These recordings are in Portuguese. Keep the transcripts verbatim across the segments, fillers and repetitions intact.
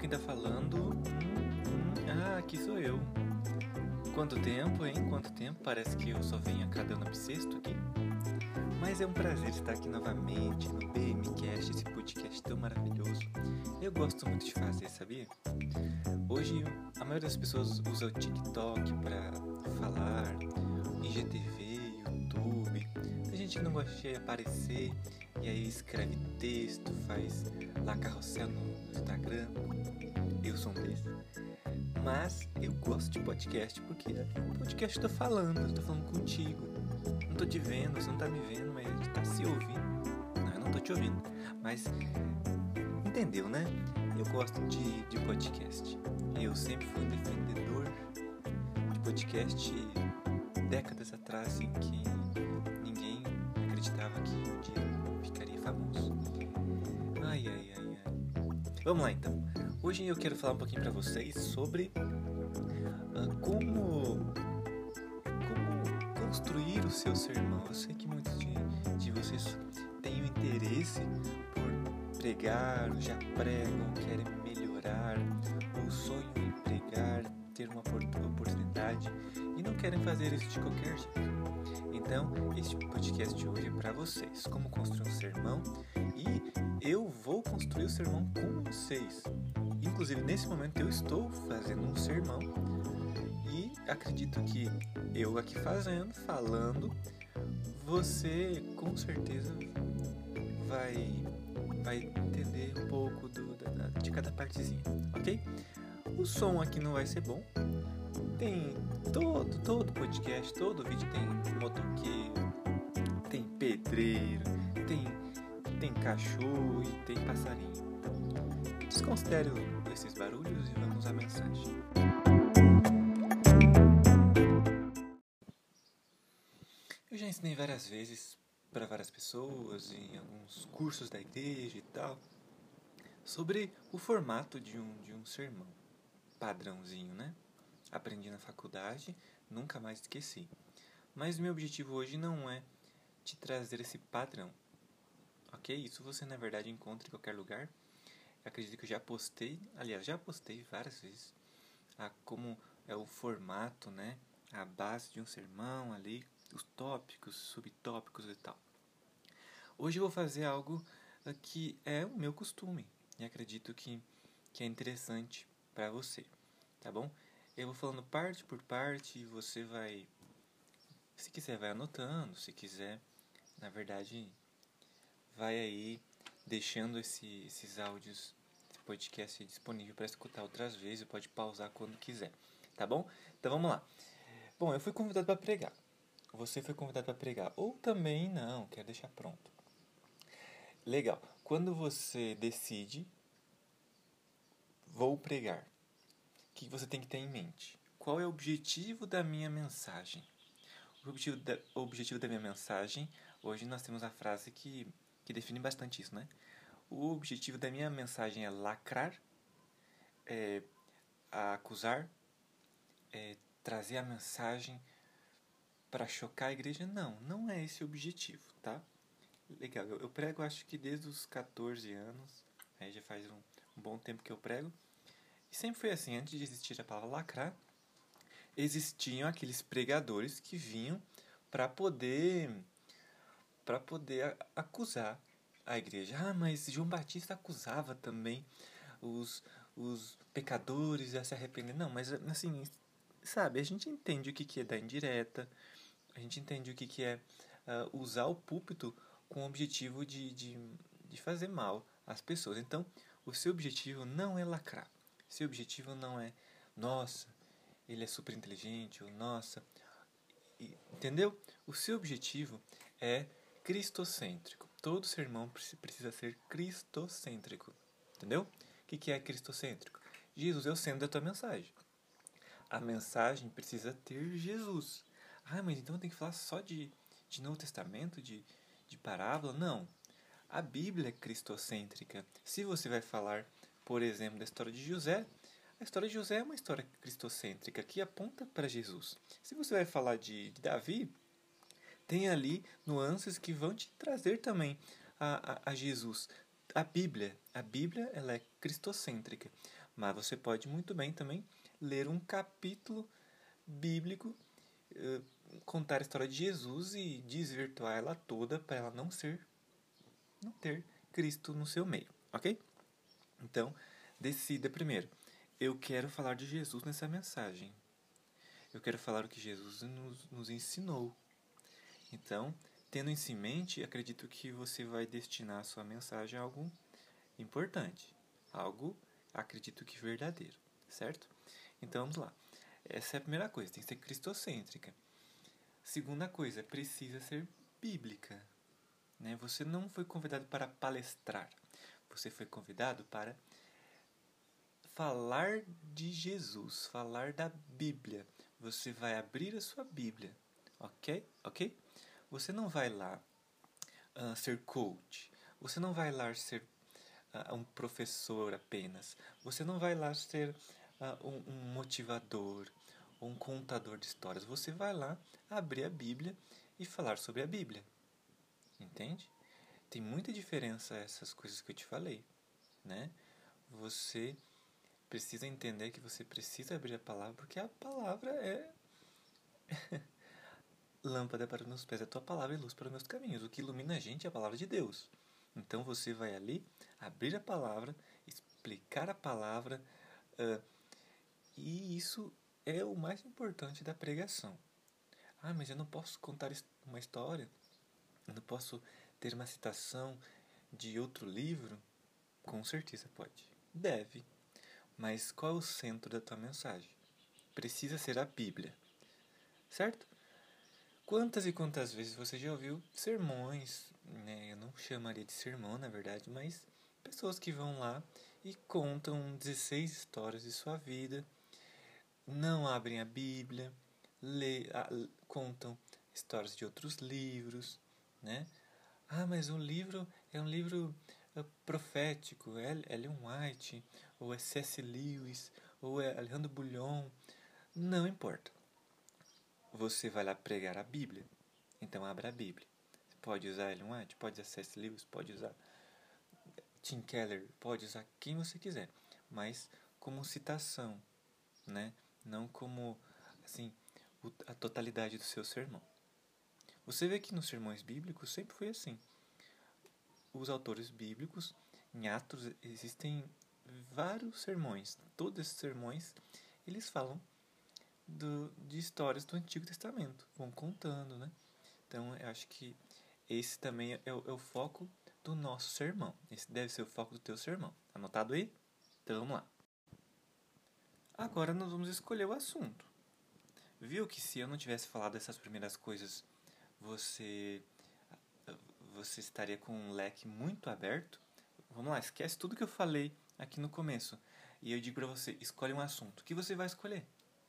quem tá falando? Hum, hum, ah, aqui sou eu. Quanto tempo, hein? Quanto tempo? Parece que eu só venho a cada ano bissexto aqui. Mas é um prazer estar aqui novamente no B M Cast, esse podcast tão maravilhoso. Eu gosto muito de fazer, sabia? Hoje, a maioria das pessoas usa o TikTok pra falar, I G T V, YouTube. Tem gente que não gosta de aparecer e aí escreve texto, faz lá carrossel no Instagram. Eu sou um desses. Mas eu gosto de podcast porque podcast eu tô falando, eu tô falando contigo. Não tô te vendo, você não tá me vendo, mas a gente tá se ouvindo. Não, eu não tô te ouvindo, mas entendeu, né? Eu gosto de, de podcast. Eu sempre fui um defendedor de podcast décadas atrás, assim, que ninguém acreditava que um dia ficaria famoso. Ai, ai, ai, ai. Vamos lá, então. Hoje eu quero falar um pouquinho pra vocês sobre uh, como, como construir o seu sermão. Eu sei que muitos de, de vocês têm o interesse por pregar, já pregam, querem melhorar, ou sonham em pregar, ter uma oportunidade e não querem fazer isso de qualquer jeito. Então, este podcast de hoje é para vocês, como construir um sermão, e eu vou construir o sermão com vocês. Inclusive, nesse momento eu estou fazendo um sermão e acredito que eu aqui fazendo, falando, você com certeza vai, vai entender um pouco do, da, de cada partezinha, ok? O som aqui não vai ser bom. Tem todo, todo podcast, todo vídeo tem motoqueiro, tem pedreiro, tem, tem cachorro e tem passarinho. Então, desconsidere esses barulhos e vamos à mensagem. Eu já ensinei várias vezes para várias pessoas, em alguns cursos da igreja e tal, sobre o formato de um, de um sermão, padrãozinho, né? Aprendi na faculdade, nunca mais esqueci. Mas o meu objetivo hoje não é te trazer esse padrão, ok? Isso você na verdade encontra em qualquer lugar. Eu acredito que eu já postei, aliás, já postei várias vezes a como é o formato, né? A base de um sermão ali, os tópicos, subtópicos e tal. Hoje eu vou fazer algo que é o meu costume e acredito que, que é interessante para você, tá bom? Eu vou falando parte por parte e você vai, se quiser vai anotando, se quiser, na verdade, vai aí deixando esse, esses áudios, esse podcast disponível para escutar outras vezes, pode pausar quando quiser, tá bom? Então vamos lá. Bom, eu fui convidado para pregar, você foi convidado para pregar, ou também não, quer deixar pronto. Legal, quando você decide, vou pregar, o que você tem que ter em mente? Qual é o objetivo da minha mensagem? O objetivo da, o objetivo da minha mensagem, hoje nós temos a frase que, que define bastante isso, né? O objetivo da minha mensagem é lacrar, é, acusar, é, trazer a mensagem para chocar a igreja? Não, não é esse o objetivo, tá? Legal, eu, eu prego acho que desde os catorze anos, aí já faz um, um bom tempo que eu prego. E sempre foi assim, antes de existir a palavra lacrar, existiam aqueles pregadores que vinham para poder, para poder acusar a igreja. Ah, mas João Batista acusava também os, os pecadores a se arrepender. Não, mas assim, sabe, a gente entende o que, que é dar indireta, a gente entende o que, que é uh, usar o púlpito com o objetivo de, de, de fazer mal às pessoas. Então, o seu objetivo não é lacrar. Seu objetivo não é, nossa, ele é super inteligente, ou nossa, entendeu? O seu objetivo é cristocêntrico. Todo sermão precisa ser cristocêntrico, entendeu? O que é cristocêntrico? Jesus é o centro da tua mensagem. A mensagem precisa ter Jesus. Ah, mas então tem que falar só de, de Novo Testamento, de, de parábola? Não. A Bíblia é cristocêntrica. Se você vai falar, por exemplo, da história de José, a história de José é uma história cristocêntrica que aponta para Jesus. Se você vai falar de, de Davi, tem ali nuances que vão te trazer também a, a, a Jesus. A Bíblia, a Bíblia ela é cristocêntrica. Mas você pode muito bem também ler um capítulo bíblico, uh, contar a história de Jesus e desvirtuar ela toda para ela não ser, não ter Cristo no seu meio, ok? Então, decida primeiro. Eu quero falar de Jesus nessa mensagem. Eu quero falar o que Jesus nos, nos ensinou. Então, tendo isso em mente, acredito que você vai destinar a sua mensagem a algo importante. Algo, acredito que verdadeiro, certo? Então, vamos lá. Essa é a primeira coisa, tem que ser cristocêntrica. Segunda coisa, precisa ser bíblica. Né? Você não foi convidado para palestrar. Você foi convidado para falar de Jesus, falar da Bíblia. Você vai abrir a sua Bíblia, ok? Ok? Você não vai lá uh, ser coach. Você não vai lá ser uh, um professor apenas. Você não vai lá ser uh, um, um motivador, um contador de histórias. Você vai lá abrir a Bíblia e falar sobre a Bíblia. Entende? Tem muita diferença essas coisas que eu te falei, né? Você precisa entender que você precisa abrir a palavra, porque a palavra é lâmpada para os meus pés, a tua palavra é luz para os meus caminhos. O que ilumina a gente é a palavra de Deus. Então você vai ali abrir a palavra, explicar a palavra, uh, e isso é o mais importante da pregação. Ah, mas eu não posso contar uma história, eu não posso ter uma citação de outro livro? Com certeza pode. Deve. Mas qual é o centro da tua mensagem? Precisa ser a Bíblia. Certo? Quantas e quantas vezes você já ouviu sermões, né? Eu não chamaria de sermão, na verdade, mas pessoas que vão lá e contam dezesseis histórias de sua vida, não abrem a Bíblia, lê, a, contam histórias de outros livros, né? Ah, mas o livro é um livro uh, profético, é Ellen White, ou é C S Lewis, ou é Alejandro Bullion. Não importa. Você vai lá pregar a Bíblia. Então abra a Bíblia. Você pode usar Ellen White, pode usar C S Lewis, pode usar Tim Keller, pode usar quem você quiser, mas como citação, né? Não como assim a totalidade do seu sermão. Você vê que nos sermões bíblicos sempre foi assim. Os autores bíblicos, em Atos, existem vários sermões. Todos esses sermões, eles falam do, de histórias do Antigo Testamento. Vão contando, né? Então, eu acho que esse também é o, é o foco do nosso sermão. Esse deve ser o foco do teu sermão. Anotado aí? Então, vamos lá. Agora, nós vamos escolher o assunto. Viu que se eu não tivesse falado essas primeiras coisas, você... você estaria com um leque muito aberto. Vamos lá, esquece tudo que eu falei aqui no começo. E eu digo para você, escolhe um assunto. O que você vai escolher?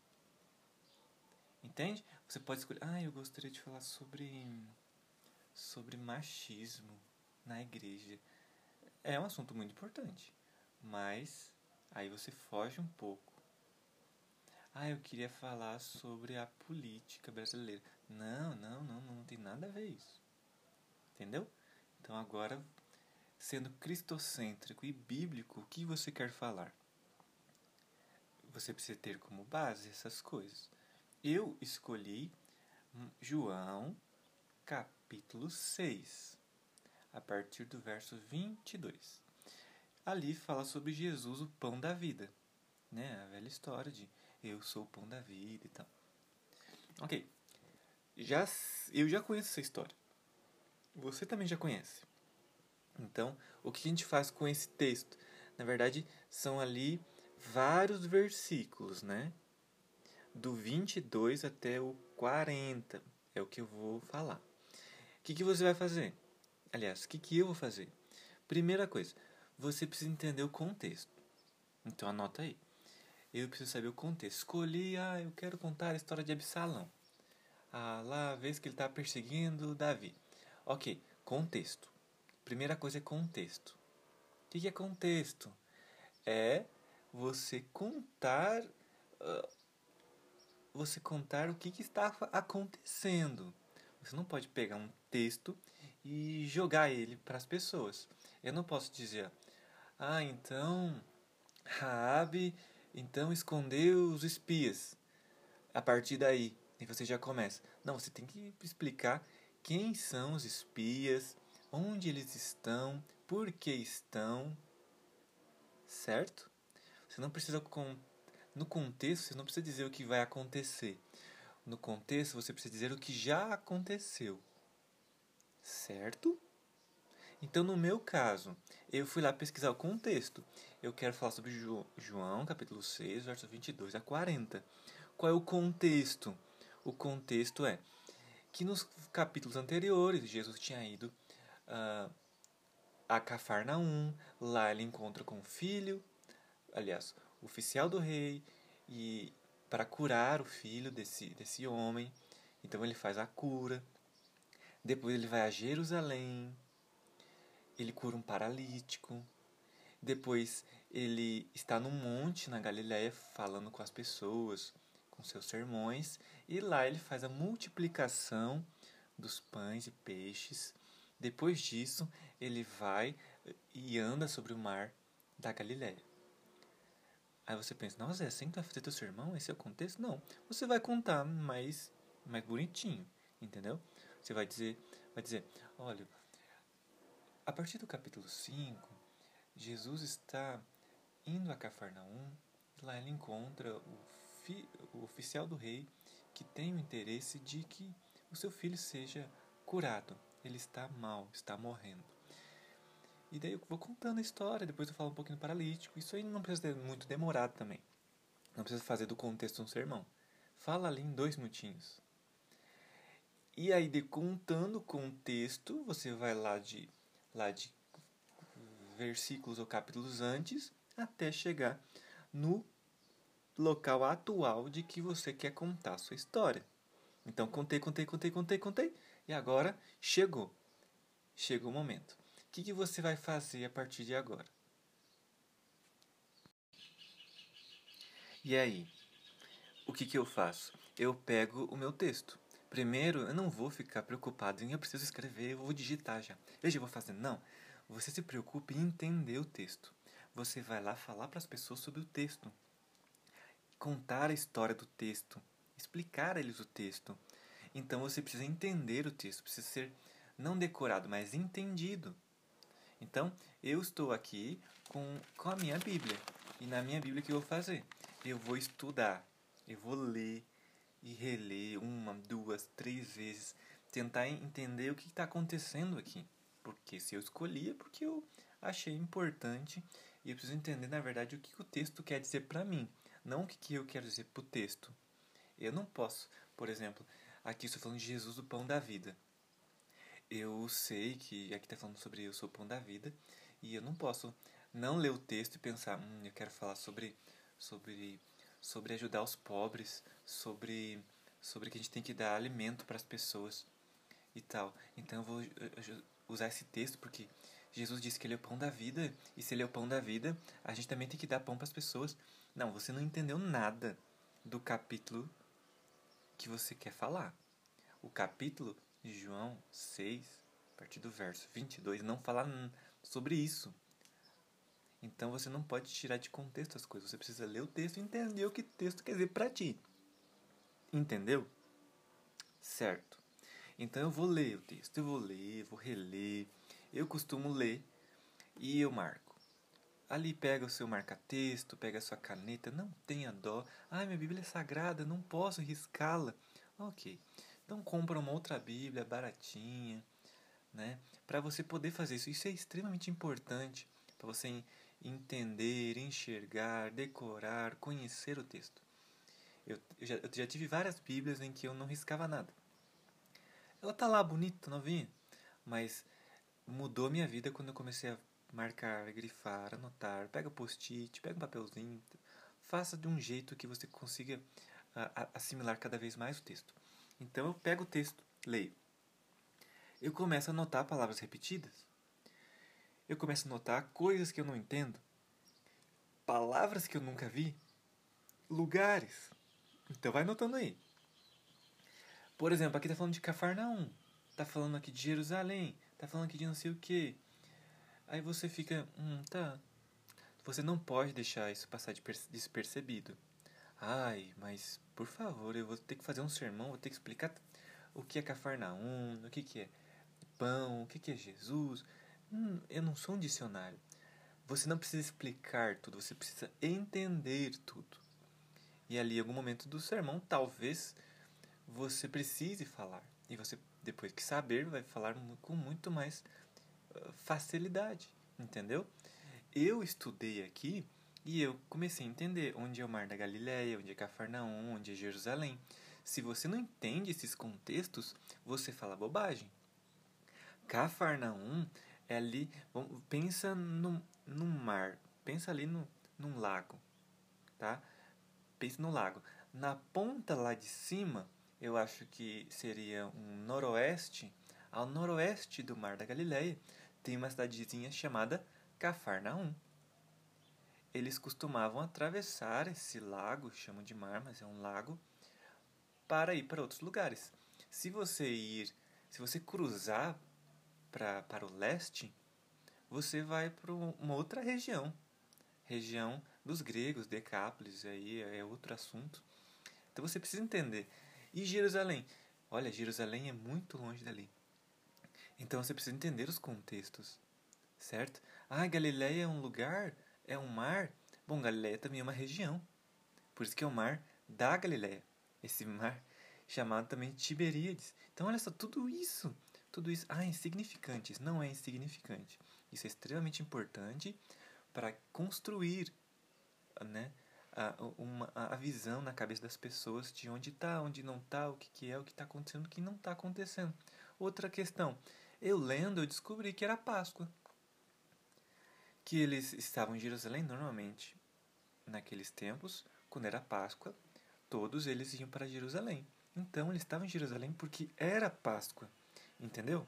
Entende? Você pode escolher... Ah, eu gostaria de falar sobre... sobre machismo na igreja. É um assunto muito importante. Mas aí você foge um pouco. Ah, eu queria falar sobre a política brasileira. Não, não, não, não tem nada a ver isso. Entendeu? Então agora, sendo cristocêntrico e bíblico, o que você quer falar? Você precisa ter como base essas coisas. Eu escolhi João capítulo seis, a partir do verso vinte e dois. Ali fala sobre Jesus, o pão da vida. Né? A velha história de eu sou o pão da vida e tal. Ok. Já, eu já conheço essa história. Você também já conhece. Então, o que a gente faz com esse texto? Na verdade, são ali vários versículos, né? Do vinte e dois até o quarenta. É o que eu vou falar. O que, que você vai fazer? Aliás, o que, que eu vou fazer? Primeira coisa, você precisa entender o contexto. Então, anota aí. Eu preciso saber o contexto. Escolhi, ah, eu quero contar a história de Absalão. Ah, lá a vez que ele está perseguindo Davi. Ok, contexto. Primeira coisa é contexto. O que é contexto? É você contar, uh, você contar o que, que está acontecendo. Você não pode pegar um texto e jogar ele para as pessoas. Eu não posso dizer, ah, então Raabe então escondeu os espias. A partir daí, e você já começa. Não, você tem que explicar quem são os espias, onde eles estão, por que estão, certo? Você não precisa no contexto, você não precisa dizer o que vai acontecer. No contexto, você precisa dizer o que já aconteceu. Certo? Então, no meu caso, eu fui lá pesquisar o contexto. Eu quero falar sobre João, capítulo seis, versos vinte e dois a quarenta. Qual é o contexto? O contexto é que nos capítulos anteriores, Jesus tinha ido uh, a Cafarnaum. Lá ele encontra com o filho, aliás, o oficial do rei, e para curar o filho desse, desse homem. Então ele faz a cura. Depois ele vai a Jerusalém. Ele cura um paralítico. Depois ele está num monte na Galiléia falando com as pessoas, com seus sermões. E lá ele faz a multiplicação dos pães e peixes. Depois disso, ele vai e anda sobre o mar da Galiléia. Aí você pensa, nossa, é assim que tu vai fazer teu sermão? Esse é o contexto? Não. Você vai contar mais, mais bonitinho, entendeu? Você vai dizer, vai dizer, olha, a partir do capítulo cinco, Jesus está indo a Cafarnaum. Lá ele encontra o, fi, o oficial do rei que tem o interesse de que o seu filho seja curado. Ele está mal, está morrendo. E daí eu vou contando a história, depois eu falo um pouquinho do paralítico. Isso aí não precisa ser muito demorado também. Não precisa fazer do contexto um sermão. Fala ali em dois minutinhos. E aí, de contando o contexto, você vai lá de, lá de versículos ou capítulos antes até chegar no local atual de que você quer contar a sua história. Então, contei, contei, contei, contei, contei. E agora chegou. Chegou o momento. O que, que você vai fazer a partir de agora? E aí? O que, que eu faço? Eu pego o meu texto. Primeiro, eu não vou ficar preocupado em eu preciso escrever, eu vou digitar já. Eu já vou fazer. Não. Você se preocupe em entender o texto. Você vai lá falar para as pessoas sobre o texto. Contar a história do texto. Explicar a eles o texto. Então você precisa entender o texto. Precisa ser não decorado, mas entendido. Então, eu estou aqui com, com a minha Bíblia. E na minha Bíblia, o que eu vou fazer? Eu vou estudar. Eu vou ler e reler uma, duas, três vezes. Tentar entender o que está acontecendo aqui. Porque se eu escolhi é porque eu achei importante. E eu preciso entender, na verdade, o que o texto quer dizer para mim. Não o que eu quero dizer para o texto. Eu não posso, por exemplo, aqui estou falando de Jesus, o pão da vida. Eu sei que aqui está falando sobre eu sou o pão da vida. E eu não posso não ler o texto e pensar, hum, eu quero falar sobre, sobre, sobre ajudar os pobres, sobre, sobre que a gente tem que dar alimento para as pessoas e tal. Então eu vou usar esse texto porque Jesus disse que ele é o pão da vida. E se ele é o pão da vida, a gente também tem que dar pão para as pessoas. Não, você não entendeu nada do capítulo que você quer falar. O capítulo de João seis, a partir do verso vinte e dois, não fala sobre isso. Então você não pode tirar de contexto as coisas. Você precisa ler o texto e entender o que o texto quer dizer para ti. Entendeu? Certo. Então eu vou ler o texto, eu vou ler, vou reler. Eu costumo ler e eu marco. Ali pega o seu marca-texto, pega a sua caneta, não tenha dó. Ah, minha Bíblia é sagrada, não posso riscá-la. Ok. Então compra uma outra Bíblia baratinha, né? Para você poder fazer isso. Isso é extremamente importante para você entender, enxergar, decorar, conhecer o texto. Eu, eu, já, eu já tive várias Bíblias em que eu não riscava nada. Ela tá lá bonita, novinha, mas mudou minha vida quando eu comecei a marcar, grifar, anotar. Pega post-it, pega um papelzinho, faça de um jeito que você consiga a, a, assimilar cada vez mais o texto. Então eu pego o texto, leio. Eu começo a notar palavras repetidas. Eu começo a notar coisas que eu não entendo. Palavras que eu nunca vi. Lugares. Então vai anotando aí. Por exemplo, aqui tá falando de Cafarnaum. Tá falando aqui de Jerusalém. Tá falando aqui de não sei o que. Aí você fica, hum, tá. você não pode deixar isso passar despercebido. Ai, mas por favor, eu vou ter que fazer um sermão, vou ter que explicar o que é Cafarnaum, o que, que é pão, o que, que é Jesus. Hum, eu não sou um dicionário. Você não precisa explicar tudo, você precisa entender tudo. E ali, em algum momento do sermão, talvez você precise falar. E você, depois que saber, vai falar com muito mais facilidade, entendeu? Eu estudei aqui e eu comecei a entender onde é o Mar da Galileia, onde é Cafarnaum, onde é Jerusalém. Se você não entende esses contextos, você fala bobagem. Cafarnaum é ali, pensa no, no mar, pensa ali no, num lago, tá? Pensa no lago. Na ponta lá de cima, eu acho que seria um noroeste, ao noroeste do Mar da Galileia, tem uma cidadezinha chamada Cafarnaum. Eles costumavam atravessar esse lago, chamam de mar, mas é um lago, para ir para outros lugares. Se você ir, se você cruzar pra, para o leste, você vai para uma outra região, região dos gregos, Decápolis, aí é outro assunto. Então você precisa entender. E Jerusalém? Olha, Jerusalém é muito longe dali. Então você precisa entender os contextos, certo? Ah, Galileia é um lugar, é um mar. Bom, Galileia também é uma região. Por isso que é o mar da Galileia. Esse mar chamado também Tiberíades. Então olha só, tudo isso, tudo isso, ah, insignificante. Isso não é insignificante. Isso é extremamente importante para construir, né, a, uma, a visão na cabeça das pessoas de onde está, onde não está, o que, que é, o que está acontecendo, o que não está acontecendo. Outra questão, eu lendo, eu descobri que era Páscoa. Que eles estavam em Jerusalém normalmente, naqueles tempos, quando era Páscoa, todos eles iam para Jerusalém. Então eles estavam em Jerusalém porque era Páscoa, entendeu?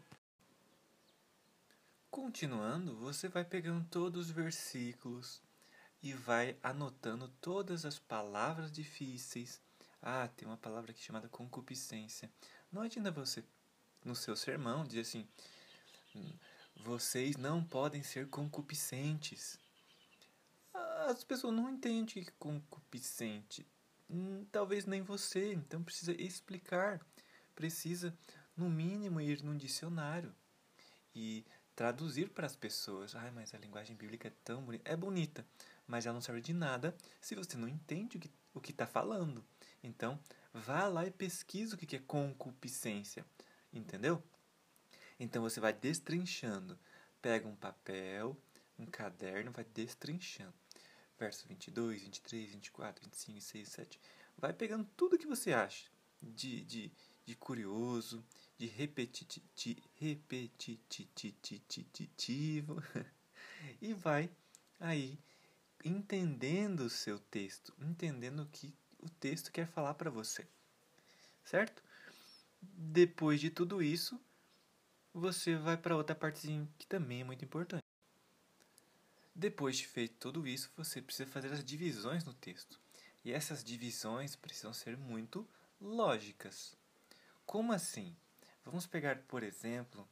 Continuando, você vai pegando todos os versículos e vai anotando todas as palavras difíceis. Ah, tem uma palavra aqui chamada concupiscência. Não adianta você, no seu sermão, dizer assim: vocês não podem ser concupiscentes. As pessoas não entendem que concupiscente. Hum, talvez nem você. Então precisa explicar. Precisa, no mínimo, ir num dicionário e traduzir para as pessoas. Ai, mas a linguagem bíblica é tão bonita. É bonita, mas ela não serve de nada se você não entende o que está falando. Então, vá lá e pesquisa o que é concupiscência. Entendeu? Então você vai destrinchando. Pega um papel, um caderno, vai destrinchando. Verso vinte e dois, vinte e três, vinte e quatro, vinte e cinco, vinte e seis, vinte e sete. Vai pegando tudo que você acha de, de, de curioso, de repetiti, repetitivo e vai aí entendendo o seu texto, entendendo o que o texto quer falar para você, certo? Depois de tudo isso, você vai para outra partezinha que também é muito importante. Depois de feito tudo isso, você precisa fazer as divisões no texto. E essas divisões precisam ser muito lógicas. Como assim? Vamos pegar, por exemplo,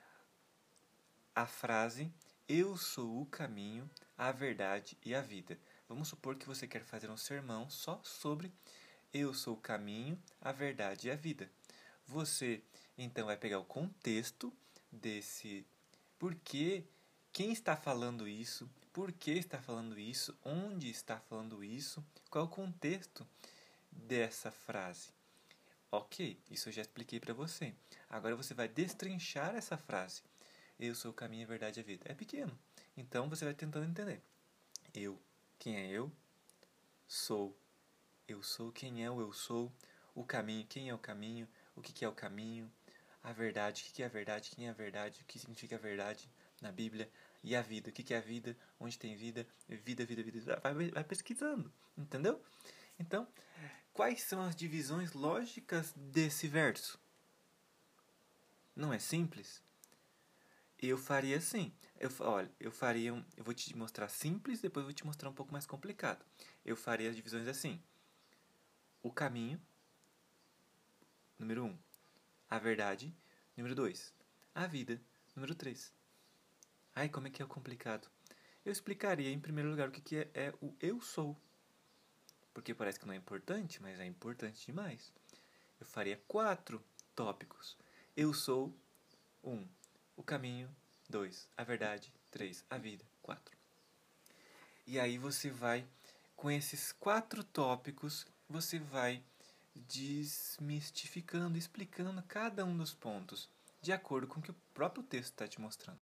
a frase "Eu sou o caminho, a verdade e a vida". Vamos supor que você quer fazer um sermão só sobre "Eu sou o caminho, a verdade e a vida". Você, então, vai pegar o contexto desse porquê, quem está falando isso, por que está falando isso, onde está falando isso, qual é o contexto dessa frase. Ok, isso eu já expliquei para você. Agora você vai destrinchar essa frase. Eu sou o caminho, a verdade e a vida. É pequeno, então você vai tentando entender. Eu, quem é eu? Sou. Eu sou, quem é o eu sou? O caminho, quem é o caminho? O que é o caminho? A verdade, o que é a verdade? Quem é a verdade? O que significa a verdade na Bíblia? E a vida, o que é a vida? Onde tem vida? Vida, vida, vida. Vai, vai pesquisando, entendeu? Então, quais são as divisões lógicas desse verso? Não é simples? Eu faria assim. Eu, olha, eu faria... Um, eu vou te mostrar simples, depois eu vou te mostrar um pouco mais complicado. Eu faria as divisões assim. O caminho, número um. A verdade, número dois. A vida, número três. Ai, como é que é o complicado? eu explicaria em primeiro lugar o que, que é, é o eu sou. Porque parece que não é importante, mas é importante demais. Eu faria quatro tópicos. Eu sou, um, o caminho, dois, a verdade, três, a vida, quatro. E aí você vai, com esses quatro tópicos, você vai desmistificando, explicando cada um dos pontos, de acordo com o que o próprio texto está te mostrando.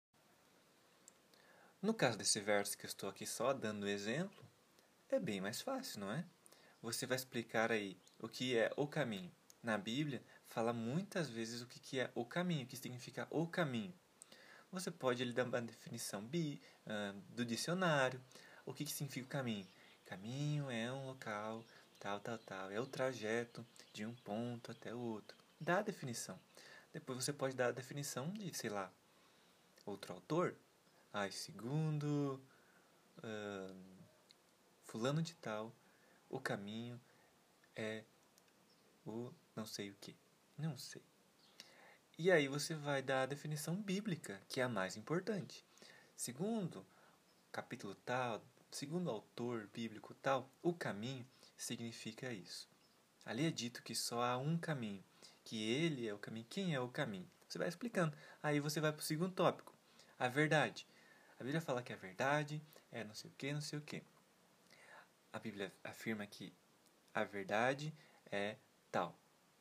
No caso desse verso que eu estou aqui só dando exemplo, é bem mais fácil, não é? Você vai explicar aí o que é o caminho. Na Bíblia, fala muitas vezes o que é o caminho, o que significa o caminho. Você pode lhe dar uma definição bi, uh, do dicionário. O que, que significa o caminho? Caminho é um local, tal, tal, tal. É o trajeto de um ponto até o outro. Dá a definição. Depois você pode dar a definição de, sei lá, outro autor. Ah, segundo uh, fulano de tal, o caminho é o não sei o que. Não sei. E aí você vai dar a definição bíblica, que é a mais importante. Segundo capítulo tal, segundo autor bíblico tal, o caminho significa isso. Ali é dito que só há um caminho, que ele é o caminho. Quem é o caminho? Você vai explicando. Aí você vai para o segundo tópico, a verdade. A Bíblia fala que a verdade é não sei o que, não sei o que. A Bíblia afirma que a verdade é tal.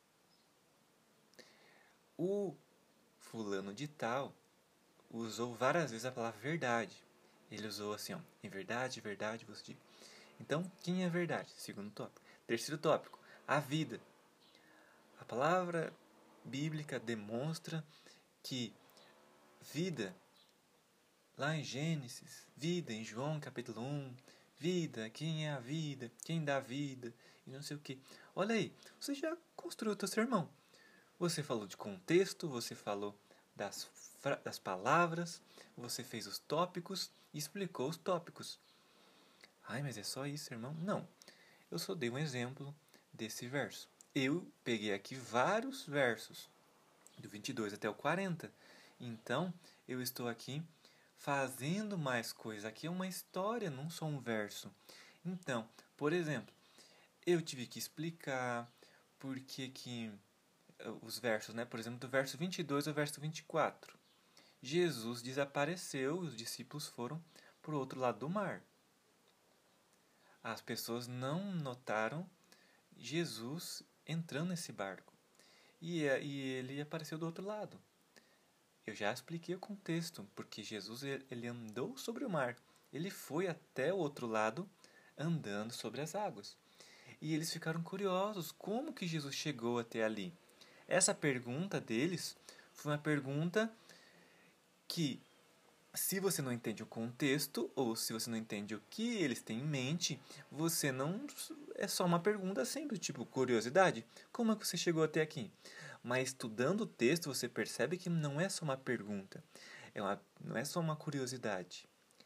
O fulano de tal usou várias vezes a palavra verdade. Ele usou assim, ó, em verdade, verdade, você diz. Então, quem é verdade? Segundo tópico. Terceiro tópico, a vida. A palavra bíblica demonstra que vida, lá em Gênesis, vida em João capítulo um, vida, quem é a vida, quem dá vida, e não sei o que. Olha aí, você já construiu o teu sermão. Você falou de contexto, você falou das, das palavras, você fez os tópicos e explicou os tópicos. Ai, mas é só isso, irmão? Não. Eu só dei um exemplo desse verso. Eu peguei aqui vários versos, do vinte e dois até o quarenta. Então, eu estou aqui fazendo mais coisas. Aqui é uma história, não só um verso. Então, por exemplo, eu tive que explicar por que que os versos, né? Por exemplo, do verso vinte e dois ao verso vinte e quatro. Jesus desapareceu e os discípulos foram para o outro lado do mar. As pessoas não notaram Jesus entrando nesse barco. E, e ele apareceu do outro lado. Eu já expliquei o contexto, porque Jesus ele andou sobre o mar. Ele foi até o outro lado andando sobre as águas. E eles ficaram curiosos, como que Jesus chegou até ali? Essa pergunta deles foi uma pergunta que, se você não entende o contexto, ou se você não entende o que eles têm em mente, você não... É só uma pergunta simples, tipo, curiosidade. Como é que você chegou até aqui? Mas estudando o texto, você percebe que não é só uma pergunta. É uma, não é só uma curiosidade.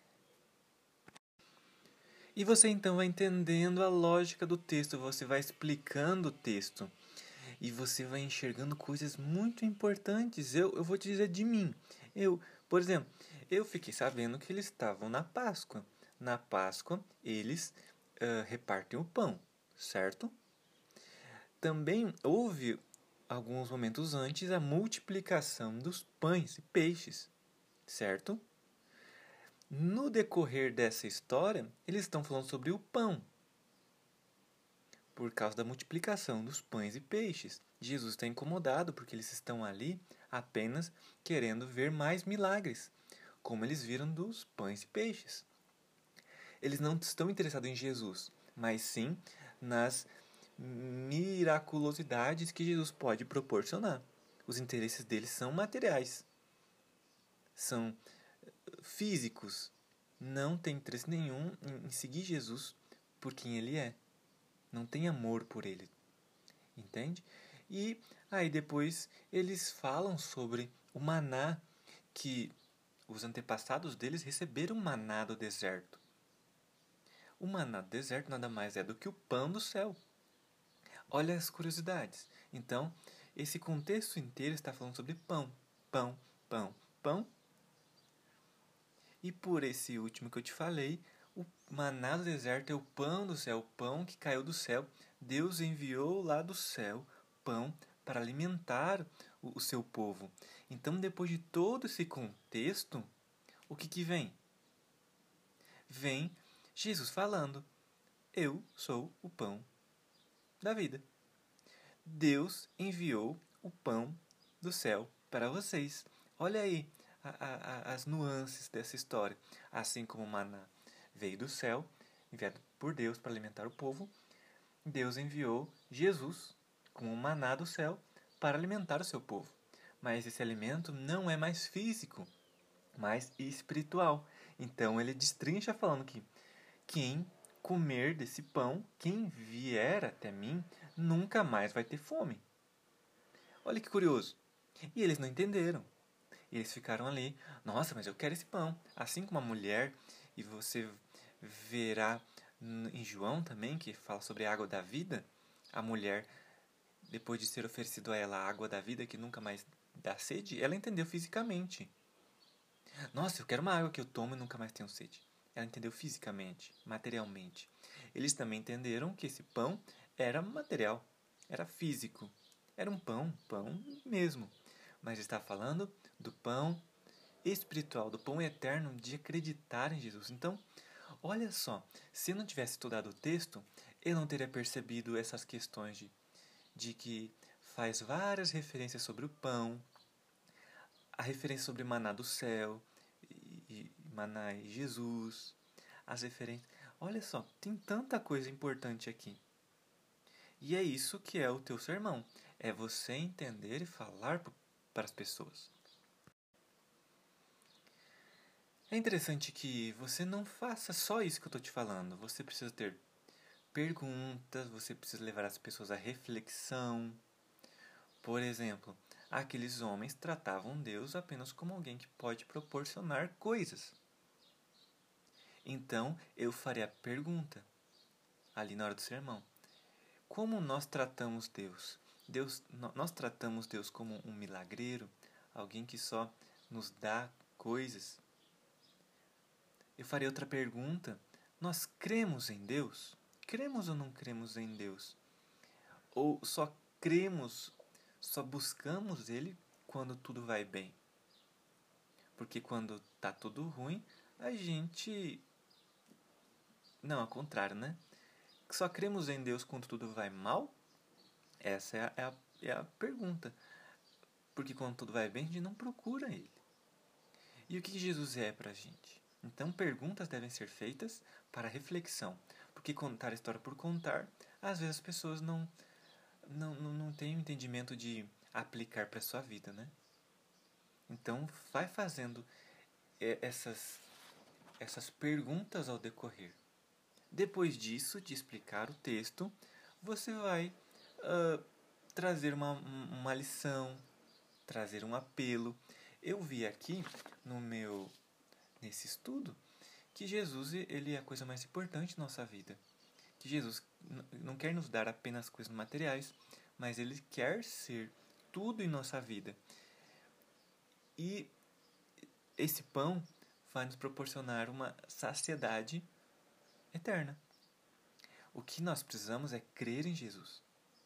E você então vai entendendo a lógica do texto, você vai explicando o texto. E você vai enxergando coisas muito importantes. Eu, eu vou te dizer de mim. Eu, por exemplo, eu fiquei sabendo que eles estavam na Páscoa. Na Páscoa, eles uh, repartem o pão, certo? Também houve, alguns momentos antes, a multiplicação dos pães e peixes, certo? No decorrer dessa história, eles estão falando sobre o pão. Por causa da multiplicação dos pães e peixes. Jesus está incomodado porque eles estão ali apenas querendo ver mais milagres, como eles viram dos pães e peixes. Eles não estão interessados em Jesus, mas sim nas miraculosidades que Jesus pode proporcionar. Os interesses deles são materiais, são físicos. Não tem interesse nenhum em seguir Jesus por quem ele é. Não tem amor por ele, entende? E aí depois eles falam sobre o maná, que os antepassados deles receberam maná do deserto. O maná do deserto nada mais é do que o pão do céu. Olha as curiosidades. Então, esse contexto inteiro está falando sobre pão, pão, pão, pão. E por esse último que eu te falei, o maná do deserto é o pão do céu, o pão que caiu do céu. Deus enviou lá do céu pão para alimentar o, o seu povo. Então, depois de todo esse contexto, o que que vem? Vem Jesus falando: eu sou o pão da vida. Deus enviou o pão do céu para vocês. Olha aí a, a, as nuances dessa história. Assim como o maná veio do céu, enviado por Deus para alimentar o povo, Deus enviou Jesus como o maná do céu para alimentar o seu povo. Mas esse alimento não é mais físico, mas espiritual. Então ele destrincha falando que quem comer desse pão, quem vier até mim, nunca mais vai ter fome. Olha que curioso. E eles não entenderam. Eles ficaram ali, nossa, mas eu quero esse pão. Assim como a mulher, e você verá em João também, que fala sobre a água da vida, a mulher, depois de ser oferecido a ela a água da vida, que nunca mais dá sede, ela entendeu fisicamente. Nossa, eu quero uma água que eu tomo e nunca mais tenho sede. Ela entendeu fisicamente, materialmente. Eles também entenderam que esse pão era material, era físico. Era um pão, pão mesmo. Mas está falando do pão espiritual, do pão eterno de acreditar em Jesus. Então, olha só, se eu não tivesse estudado o texto, eu não teria percebido essas questões de, de que faz várias referências sobre o pão, a referência sobre maná do céu, e, e maná e Jesus, as referências. Olha só, tem tanta coisa importante aqui. E é isso que é o teu sermão. É você entender e falar para as pessoas. É interessante que você não faça só isso que eu estou te falando. Você precisa ter perguntas, você precisa levar as pessoas à reflexão. Por exemplo, aqueles homens tratavam Deus apenas como alguém que pode proporcionar coisas. Então, eu farei a pergunta ali na hora do sermão. Como nós tratamos Deus? Deus, nós tratamos Deus como um milagreiro, alguém que só nos dá coisas? Eu farei outra pergunta. Nós cremos em Deus? Cremos ou não cremos em Deus? Ou só cremos, só buscamos Ele quando tudo vai bem? Porque quando está tudo ruim, a gente... Não, ao contrário, né? Só cremos em Deus quando tudo vai mal? Essa é a, é a, é a pergunta. Porque quando tudo vai bem, a gente não procura Ele. E o que Jesus é para a gente? Então, perguntas devem ser feitas para reflexão. Porque contar a história por contar, às vezes as pessoas não, não, não, não têm o entendimento de aplicar para a sua vida, né? Então, vai fazendo essas, essas perguntas ao decorrer. Depois disso, de explicar o texto, você vai uh, trazer uma, uma lição, trazer um apelo. Eu vi aqui no meu, nesse estudo que Jesus ele é a coisa mais importante na nossa vida. Que Jesus não quer nos dar apenas coisas materiais, mas Ele quer ser tudo em nossa vida. E esse pão vai nos proporcionar uma saciedade eterna. O que nós precisamos é crer em Jesus.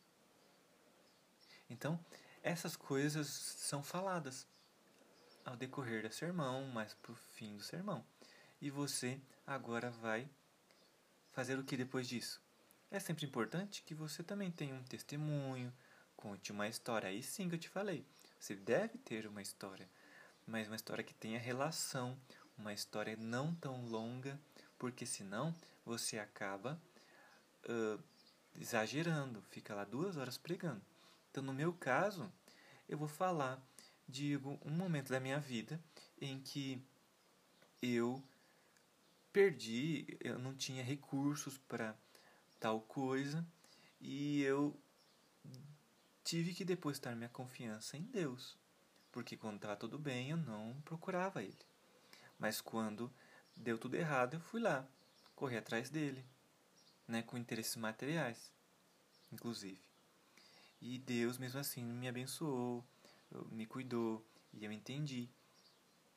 Então, essas coisas são faladas ao decorrer do sermão, mais para o fim do sermão. E você agora vai fazer o que depois disso? É sempre importante que você também tenha um testemunho, conte uma história. Aí sim que eu te falei, você deve ter uma história, mas uma história que tenha relação, uma história não tão longa, porque senão você acaba uh, exagerando, fica lá duas horas pregando. Então, no meu caso, eu vou falar de um momento da minha vida em que eu perdi, eu não tinha recursos para tal coisa e eu tive que depositar minha confiança em Deus, porque quando estava tudo bem eu não procurava Ele, mas quando deu tudo errado eu fui lá, corri atrás dele, né, com interesses materiais, inclusive. E Deus mesmo assim me abençoou, me cuidou, e eu entendi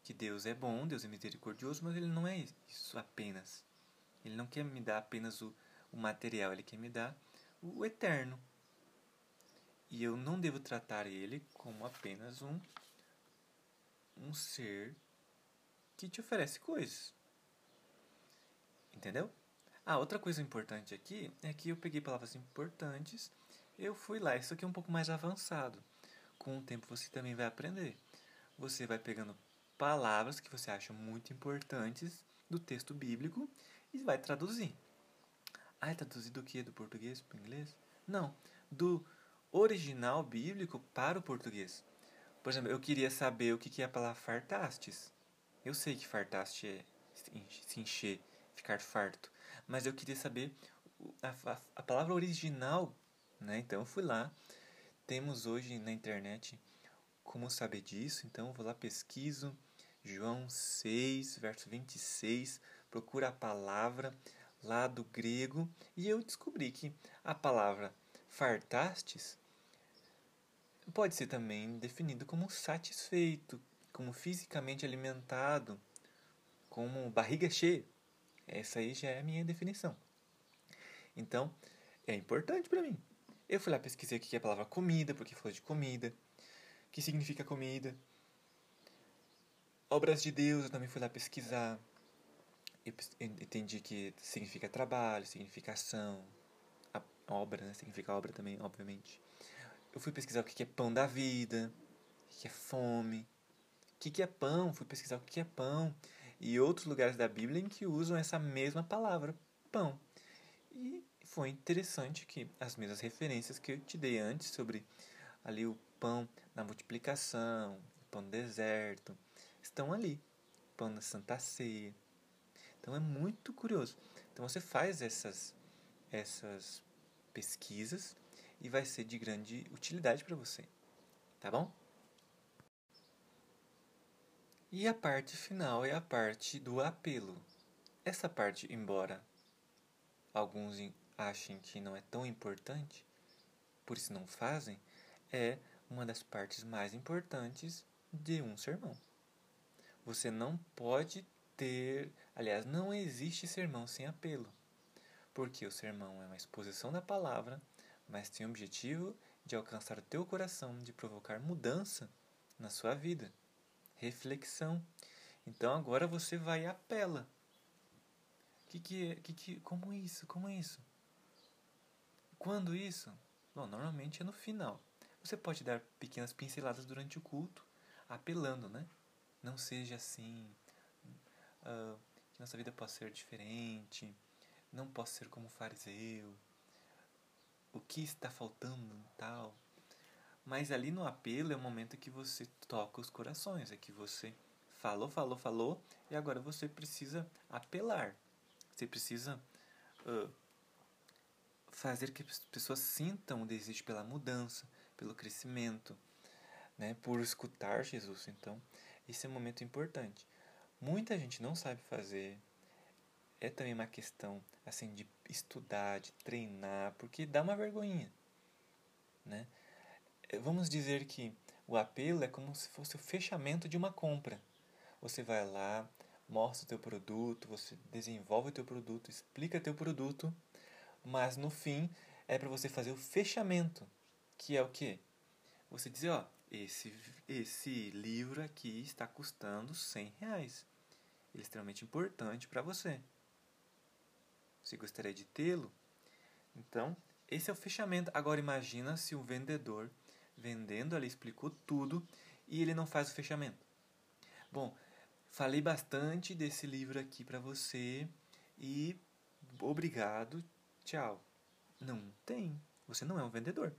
que Deus é bom, Deus é misericordioso, mas Ele não é isso apenas. Ele não quer me dar apenas o, o material, Ele quer me dar o, o eterno. E eu não devo tratar Ele como apenas um, um ser que te oferece coisas. Entendeu? Ah, outra coisa importante aqui é que eu peguei palavras importantes, eu fui lá. Isso aqui é um pouco mais avançado. Com o tempo você também vai aprender. Você vai pegando palavras que você acha muito importantes do texto bíblico e vai traduzir. Ah, é traduzir do que? Do português para o inglês? Não, do original bíblico para o português. Por exemplo, eu queria saber o que é a palavra fartastes. Eu sei que fartaste é se encher, ficar farto. Mas eu queria saber a, a, a palavra original, né? Então eu fui lá. Temos hoje na internet como saber disso. Então eu vou lá, pesquiso João seis, verso vinte e seis. Procuro a palavra lá do grego. E eu descobri que a palavra fartastes pode ser também definido como satisfeito, como fisicamente alimentado, como barriga cheia. Essa aí já é a minha definição. Então, é importante para mim. Eu fui lá pesquisar o que é a palavra comida, porque falou de comida, o que significa comida. Obras de Deus, eu também fui lá pesquisar. Eu entendi que significa trabalho, significa ação. A obra, né? Significa obra também, obviamente. Eu fui pesquisar o que é pão da vida, o que é fome, o que é pão. Fui pesquisar o que é pão. E outros lugares da Bíblia em que usam essa mesma palavra, pão. E foi interessante que as mesmas referências que eu te dei antes sobre ali o pão na multiplicação, o pão do deserto, estão ali. O pão da Santa Ceia. Então é muito curioso. Então você faz essas, essas pesquisas e vai ser de grande utilidade para você. Tá bom? E a parte final é a parte do apelo. Essa parte, embora alguns achem que não é tão importante, por isso não fazem, é uma das partes mais importantes de um sermão. Você não pode ter... Aliás, não existe sermão sem apelo. Porque o sermão é uma exposição da palavra, mas tem o objetivo de alcançar o teu coração, de provocar mudança na sua vida. Reflexão. Então agora você vai e apela. Que que é, que que, como isso? Como isso? Quando isso? Bom, normalmente é no final. Você pode dar pequenas pinceladas durante o culto, apelando, né? Não seja assim. Uh, que nossa vida possa ser diferente. Não possa ser como o fariseu. O que está faltando tal. Mas ali no apelo é o momento que você toca os corações. É que você falou, falou, falou. E agora você precisa apelar. Você precisa uh, fazer que as pessoas sintam o desejo pela mudança, pelo crescimento, né? Por escutar Jesus. Então, esse é um momento importante. Muita gente não sabe fazer. É também uma questão assim de estudar, de treinar, porque dá uma vergonhinha, né? Vamos dizer que o apelo é como se fosse o fechamento de uma compra. Você vai lá, mostra o teu produto, você desenvolve o teu produto, explica o teu produto, mas no fim é para você fazer o fechamento, que é o quê? Você dizer, ó, esse, esse livro aqui está custando cem reais. Ele é extremamente importante para você. Você gostaria de tê-lo? Então, esse é o fechamento. Agora imagina se o vendedor, vendendo ali, explicou tudo e ele não faz o fechamento. Bom, falei bastante desse livro aqui para você e obrigado, tchau. Não tem. Você não é um vendedor.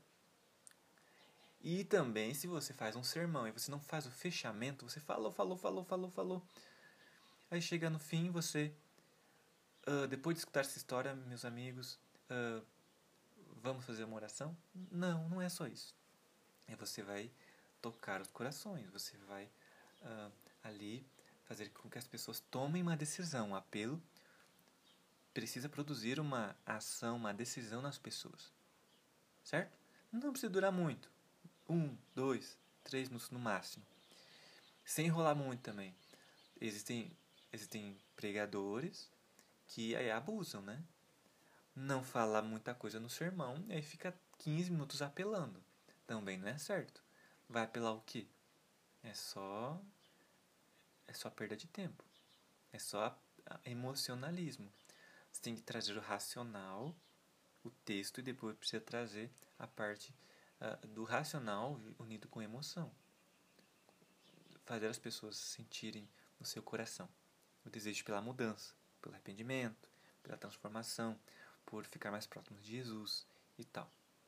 E também, se você faz um sermão e você não faz o fechamento, você falou, falou, falou, falou, falou. Aí chega no fim, você, uh, depois de escutar essa história, meus amigos, uh, vamos fazer uma oração? Não, não é só isso. É você vai tocar os corações, você vai uh, ali fazer com que as pessoas tomem uma decisão. Um apelo precisa produzir uma ação, uma decisão nas pessoas. Certo? Não precisa durar muito. Um, dois, três minutos no máximo. Sem enrolar muito também. existem, existem pregadores que aí abusam, né? Não fala muita coisa no sermão e aí fica quinze minutos apelando. Também não é certo. Vai apelar o quê? É só é só perda de tempo. É só emocionalismo. Você tem que trazer o racional, o texto, e depois precisa trazer a parte uh, do racional unido com emoção. Fazer as pessoas sentirem no seu coração o desejo pela mudança, pelo arrependimento, pela transformação, por ficar mais próximo de Jesus e tal.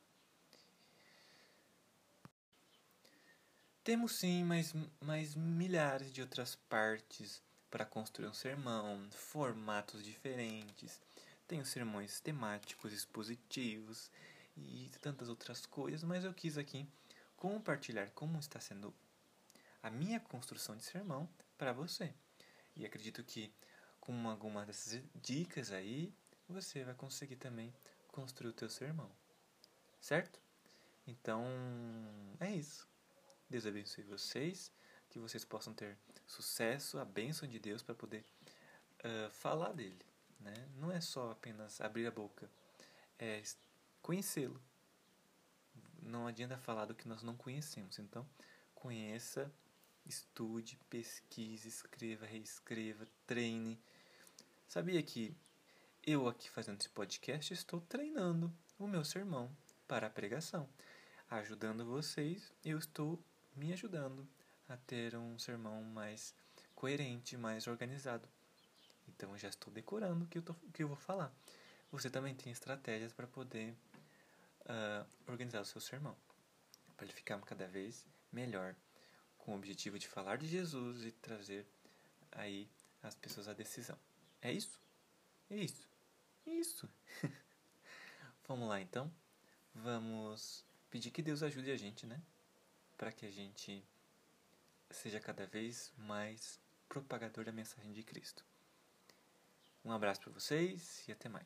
Temos sim mais, mais milhares de outras partes para construir um sermão, formatos diferentes. Tem os sermões temáticos, expositivos e tantas outras coisas, mas eu quis aqui compartilhar como está sendo a minha construção de sermão para você. E acredito que com alguma dessas dicas aí, você vai conseguir também construir o teu sermão. Certo? Então, é isso. Deus abençoe vocês, que vocês possam ter sucesso, a bênção de Deus para poder uh, falar dele. Né? Não é só apenas abrir a boca, é conhecê-lo. Não adianta falar do que nós não conhecemos. Então, conheça, estude, pesquise, escreva, reescreva, treine. Sabia que eu aqui fazendo esse podcast estou treinando o meu sermão para a pregação. Ajudando vocês, eu estou me ajudando a ter um sermão mais coerente, mais organizado. Então, eu já estou decorando o que eu, tô, que eu vou falar. Você também tem estratégias para poder uh, organizar o seu sermão, para ele ficar cada vez melhor, com o objetivo de falar de Jesus e trazer aí as pessoas à decisão. É isso? É isso. É isso. Vamos lá, então. Vamos pedir que Deus ajude a gente, né? Para que a gente seja cada vez mais propagador da mensagem de Cristo. Um abraço para vocês e até mais.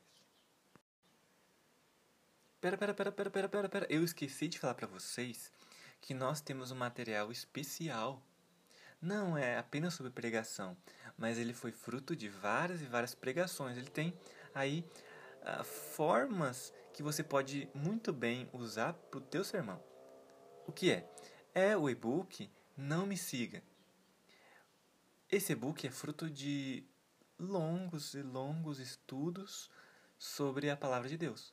Pera, pera, pera, pera, pera, pera, pera. Eu esqueci de falar para vocês que nós temos um material especial. Não é apenas sobre pregação, mas ele foi fruto de várias e várias pregações. Ele tem aí uh, formas que você pode muito bem usar para o teu sermão. O que é? É o e-book Não Me Siga. Esse e-book é fruto de longos e longos estudos sobre a palavra de Deus.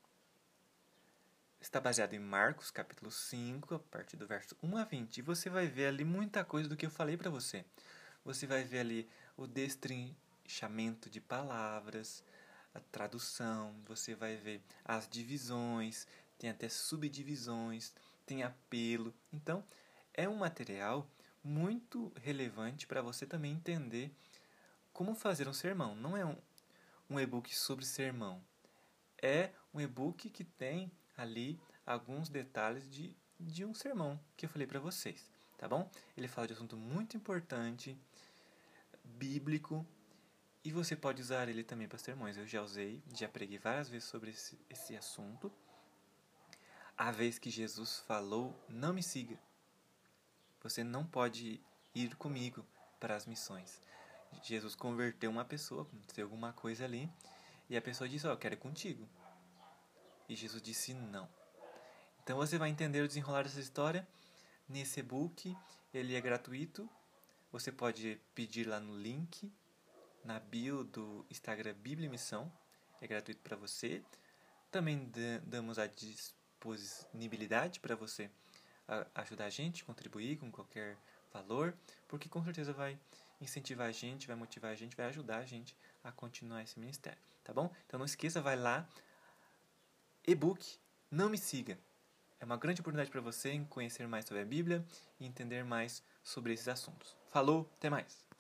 Está baseado em Marcos, capítulo cinco, a partir do verso um a vinte. E você vai ver ali muita coisa do que eu falei para você. Você vai ver ali o destrinchamento de palavras, a tradução, você vai ver as divisões, tem até subdivisões, tem apelo. Então, é um material muito relevante para você também entender como fazer um sermão. Não é um, um e-book sobre sermão. É um e-book que tem ali alguns detalhes de, de um sermão que eu falei para vocês, tá bom? Ele fala de assunto muito importante, bíblico, e você pode usar ele também para sermões. Eu já usei, já preguei várias vezes sobre esse, esse assunto. A vez que Jesus falou, não me siga. Você não pode ir comigo para as missões. Jesus converteu uma pessoa, aconteceu alguma coisa ali, e a pessoa disse, ó, oh, eu quero ir contigo. E Jesus disse não. Então você vai entender o desenrolar dessa história nesse e-book. Ele é gratuito. Você pode pedir lá no link, na bio do Instagram Bíblia e Missão. É gratuito para você. Também damos a disponibilidade para você ajudar a gente, contribuir com qualquer valor, porque com certeza vai incentivar a gente, vai motivar a gente, vai ajudar a gente a continuar esse ministério. Tá bom? Então não esqueça, vai lá. E-book, Não Me Siga. É uma grande oportunidade para você em conhecer mais sobre a Bíblia e entender mais sobre esses assuntos. Falou, até mais!